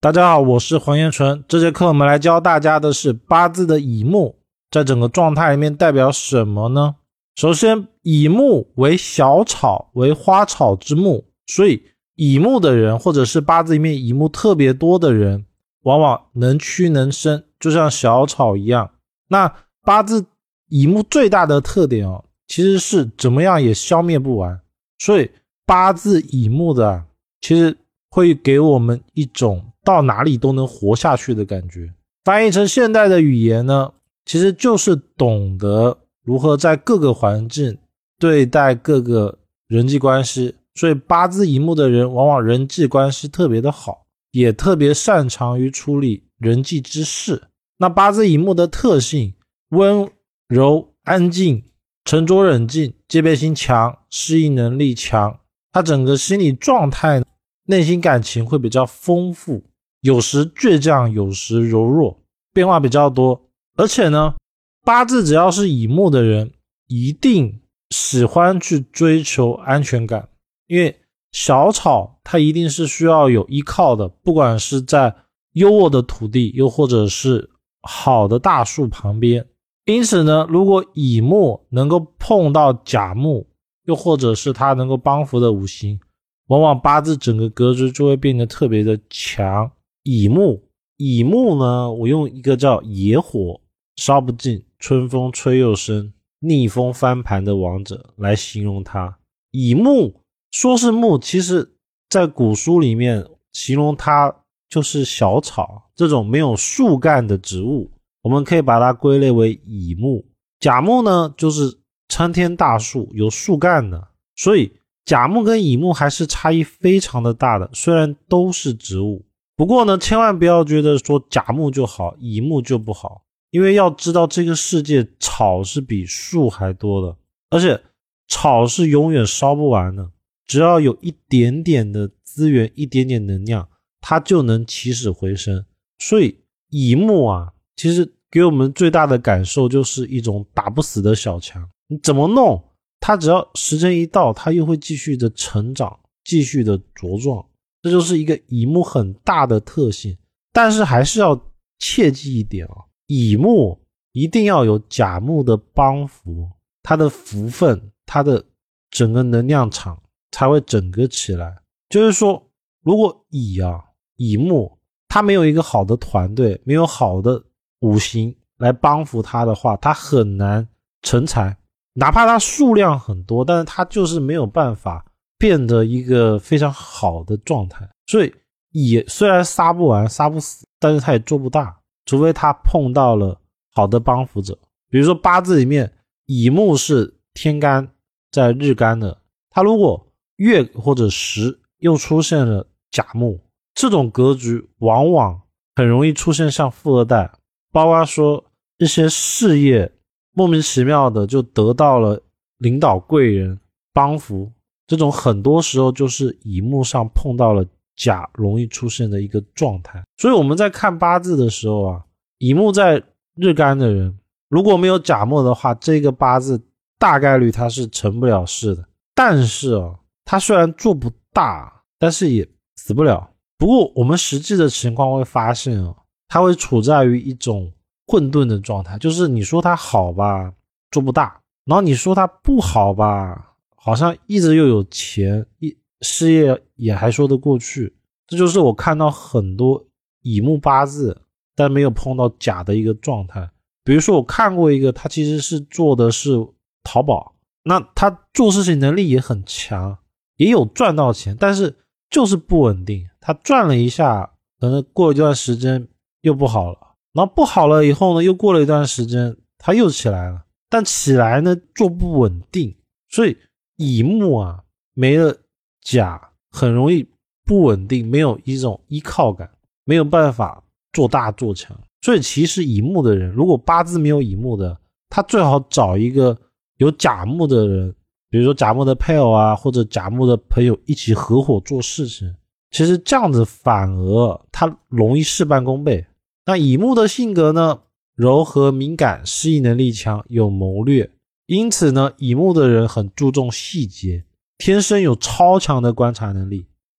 大家好，我是黄彦纯。这节课我们来教大家的是八字的乙木，在整个状态里面代表什么呢？首先，乙木为小草，为花草之木，所以乙木的人，或者是八字里面乙木特别多的人，往往能屈能伸，就像小草一样。那八字乙木最大的特点其实是怎么样也消灭不完，所以八字乙木的其实会给我们一种到哪里都能活下去的感觉。翻译成现代的语言呢，其实就是懂得如何在各个环境对待各个人际关系。所以八字乙木的人往往人际关系特别的好，也特别擅长于处理人际之事。那八字乙木的特性，温柔安静，沉着冷静，戒备心强，适应能力强。他整个心理状态内心感情会比较丰富，有时倔强，有时柔弱，变化比较多。而且呢，八字只要是乙木的人，一定喜欢去追求安全感，因为小草它一定是需要有依靠的，不管是在优渥的土地，又或者是好的大树旁边。因此呢，如果乙木能够碰到甲木，又或者是它能够帮扶的五行，往往八字整个格局就会变得特别的强。乙木呢，我用一个叫野火烧不尽，春风吹又生，逆风翻盘的王者来形容它。乙木说是木，其实在古书里面形容它就是小草，这种没有树干的植物，我们可以把它归类为乙木。甲木呢，就是参天大树，有树干的，所以甲木跟乙木还是差异非常的大的，虽然都是植物。不过呢，千万不要觉得说甲木就好，乙木就不好，因为要知道这个世界草是比树还多的，而且草是永远烧不完的，只要有一点点的资源，一点点能量，它就能起死回生。所以乙木其实给我们最大的感受就是一种打不死的小强，你怎么弄它，只要时间一到，它又会继续的成长，继续的茁壮，这就是一个乙木很大的特性。但是还是要切记一点乙木一定要有甲木的帮扶，它的福分，它的整个能量场才会整个起来。就是说，如果乙木它没有一个好的团队，没有好的五行来帮扶它的话，它很难成才。哪怕它数量很多，但是它就是没有办法变得一个非常好的状态。所以乙虽然杀不完杀不死，但是它也做不大，除非它碰到了好的帮扶者。比如说八字里面乙木是天干在日干的，它如果月或者时又出现了甲木，这种格局往往很容易出现像富二代，包括说一些事业莫名其妙的就得到了领导贵人帮扶，这种很多时候就是乙木上碰到了甲容易出现的一个状态。所以我们在看八字的时候乙木在日干的人如果没有甲木的话，这个八字大概率他是成不了事的。但是他虽然做不大，但是也死不了。不过我们实际的情况会发现他会处在于一种混沌的状态，就是你说他好吧做不大，然后你说他不好吧好像一直又有钱，事业也还说得过去。这就是我看到很多乙木八字但没有碰到甲的一个状态。比如说我看过一个，他其实是做的是淘宝，那他做事情能力也很强，也有赚到钱，但是就是不稳定。他赚了一下，可能过一段时间又不好了，然后不好了以后呢，又过了一段时间他又起来了，但起来呢做不稳定。所以乙木没了甲很容易不稳定，没有一种依靠感，没有办法做大做强。所以其实乙木的人，如果八字没有乙木的，他最好找一个有甲木的人，比如说甲木的配偶或者甲木的朋友一起合伙做事情，其实这样子反而他容易事半功倍。那乙木的性格呢，柔和敏感，适应能力强，有谋略，因此呢，乙木的人很注重细节，天生有超强的观察能力。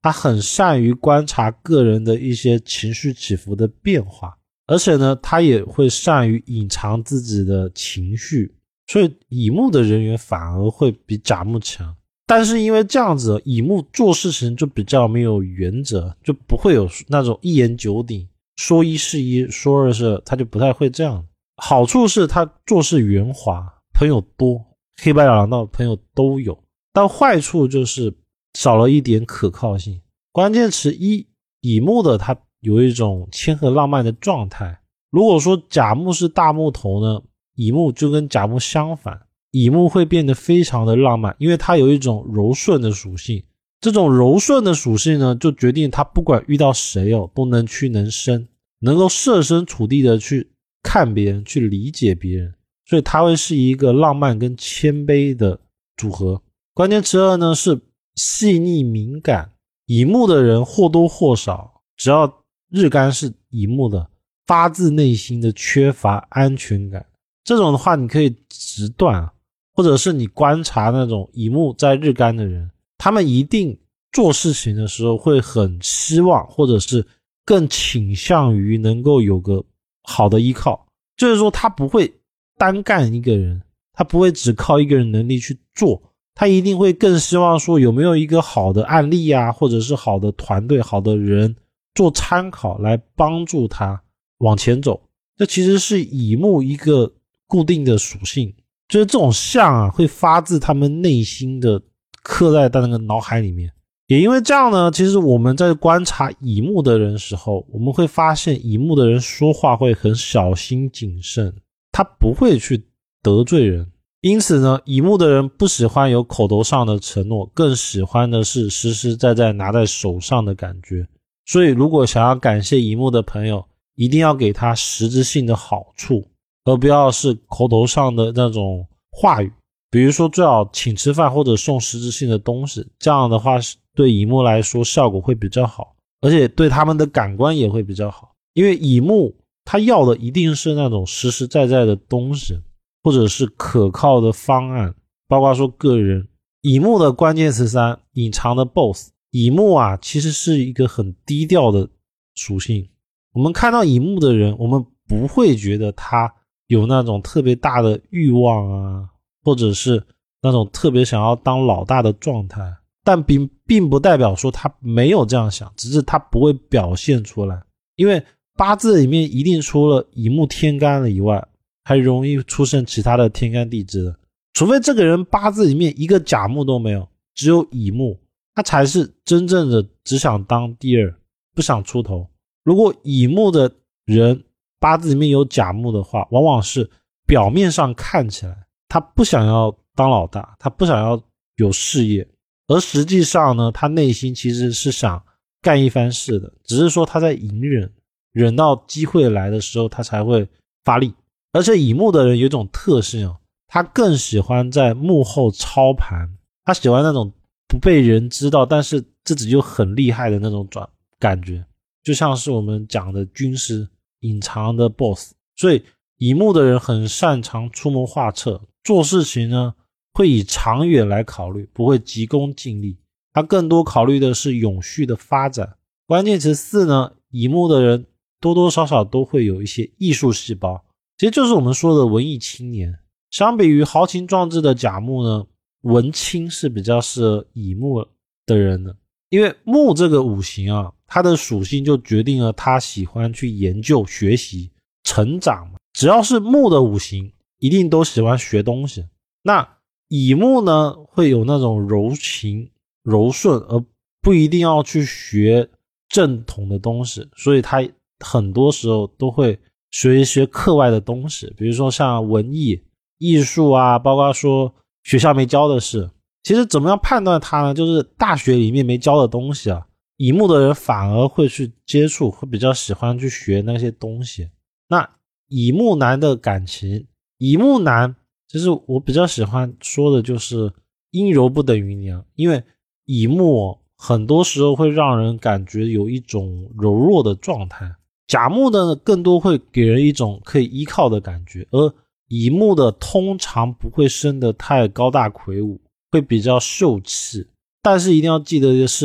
他很善于观察个人的一些情绪起伏的变化，而且呢，他也会善于隐藏自己的情绪，所以乙木的人缘反而会比甲木强。但是因为这样子，乙木做事情就比较没有原则，就不会有那种一言九鼎，说一是一，说二是二，他就不太会这样。好处是他做事圆滑，朋友多，黑白两道朋友都有，但坏处就是少了一点可靠性。关键词一，乙木的他有一种谦和浪漫的状态。如果说甲木是大木头呢，乙木就跟甲木相反，乙木会变得非常的浪漫，因为它有一种柔顺的属性。这种柔顺的属性呢，就决定他不管遇到谁都能屈能伸，能够设身处地的去看别人，去理解别人，所以他会是一个浪漫跟谦卑的组合。关键词二呢是细腻敏感。乙木的人或多或少，只要日干是乙木的，发自内心的缺乏安全感。这种的话你可以直断或者是你观察那种乙木在日干的人，他们一定做事情的时候会很希望，或者是更倾向于能够有个好的依靠，就是说他不会单干一个人，他不会只靠一个人能力去做，他一定会更希望说有没有一个好的案例啊，或者是好的团队，好的人做参考来帮助他往前走。这其实是乙木一个固定的属性，就是这种相会发自他们内心的，刻在那个脑海里面。也因为这样呢，其实我们在观察乙木的人时候，我们会发现乙木的人说话会很小心谨慎，他不会去得罪人。因此呢，乙木的人不喜欢有口头上的承诺，更喜欢的是实实在在拿在手上的感觉。所以如果想要感谢乙木的朋友，一定要给他实质性的好处，而不要是口头上的那种话语。比如说最好请吃饭或者送实质性的东西，这样的话对乙木来说效果会比较好，而且对他们的感官也会比较好。因为乙木他要的一定是那种实实在在的东西，或者是可靠的方案，包括说个人。乙木的关键词三，隐藏的 BOSS。 乙木其实是一个很低调的属性。我们看到乙木的人，我们不会觉得他有那种特别大的欲望或者是那种特别想要当老大的状态，但并不代表说他没有这样想，只是他不会表现出来。因为八字里面一定除了乙木天干了以外，还容易出现其他的天干地支的，除非这个人八字里面一个甲木都没有，只有乙木，他才是真正的只想当第二，不想出头。如果乙木的人八字里面有甲木的话，往往是表面上看起来他不想要当老大，他不想要有事业，而实际上呢，他内心其实是想干一番事的，只是说他在隐忍，忍到机会来的时候他才会发力。而且乙木的人有一种特性他更喜欢在幕后操盘，他喜欢那种不被人知道但是自己又很厉害的那种感觉，就像是我们讲的军师，隐藏的 BOSS。 所以乙木的人很擅长出谋划策，做事情呢会以长远来考虑，不会急功近利，他更多考虑的是永续的发展。关键词四呢，乙木的人多多少少都会有一些艺术细胞，其实就是我们说的文艺青年。相比于豪情壮志的甲木呢，文青是比较适合乙木的人的。因为木这个五行它的属性就决定了他喜欢去研究学习成长嘛。只要是木的五行一定都喜欢学东西。那乙木呢会有那种柔情柔顺，而不一定要去学正统的东西，所以他很多时候都会学一些课外的东西，比如说像文艺艺术包括说学校没教的事。其实怎么样判断它呢，就是大学里面没教的东西乙木的人反而会去接触，会比较喜欢去学那些东西。那乙木男的感情，乙木男其实我比较喜欢说的就是阴柔不等于娘。因为乙木很多时候会让人感觉有一种柔弱的状态，甲木的更多会给人一种可以依靠的感觉，而乙木的通常不会生得太高大魁梧，会比较秀气。但是一定要记得的是，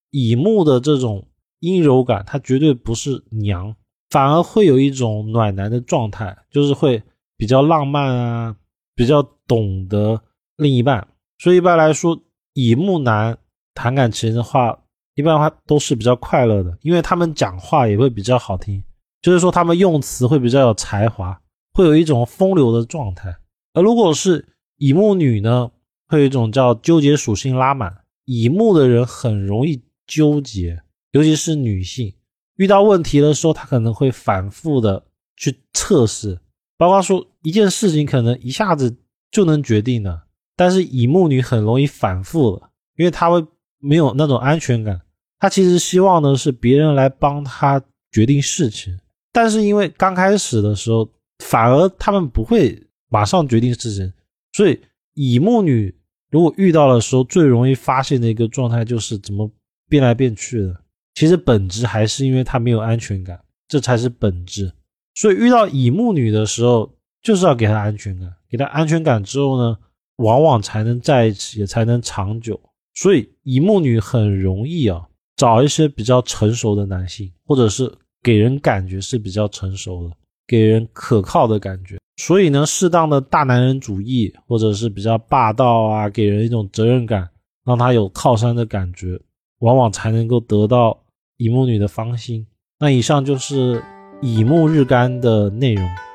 乙木的这种阴柔感，它绝对不是娘，反而会有一种暖男的状态，就是会比较浪漫啊，比较懂得另一半。所以一般来说，乙木男谈感情的话，一般的话都是比较快乐的，因为他们讲话也会比较好听，就是说他们用词会比较有才华，会有一种风流的状态。而如果是乙木女呢，会有一种叫纠结属性拉满。乙木的人很容易纠结，尤其是女性，遇到问题的时候，她可能会反复的去测试，包括说一件事情可能一下子就能决定了，但是乙木女很容易反复了，因为她会没有那种安全感，她其实希望的是别人来帮她决定事情，但是因为刚开始的时候反而他们不会马上决定事情，所以乙木女如果遇到的时候最容易发现的一个状态就是怎么变来变去的，其实本质还是因为她没有安全感，这才是本质。所以遇到乙木女的时候就是要给她安全感，给她安全感之后呢，往往才能在一起，也才能长久。所以乙木女很容易找一些比较成熟的男性，或者是给人感觉是比较成熟的，给人可靠的感觉。所以呢，适当的大男人主义，或者是比较霸道啊，给人一种责任感，让他有靠山的感觉，往往才能够得到乙木女的芳心。那以上就是乙木日干的内容。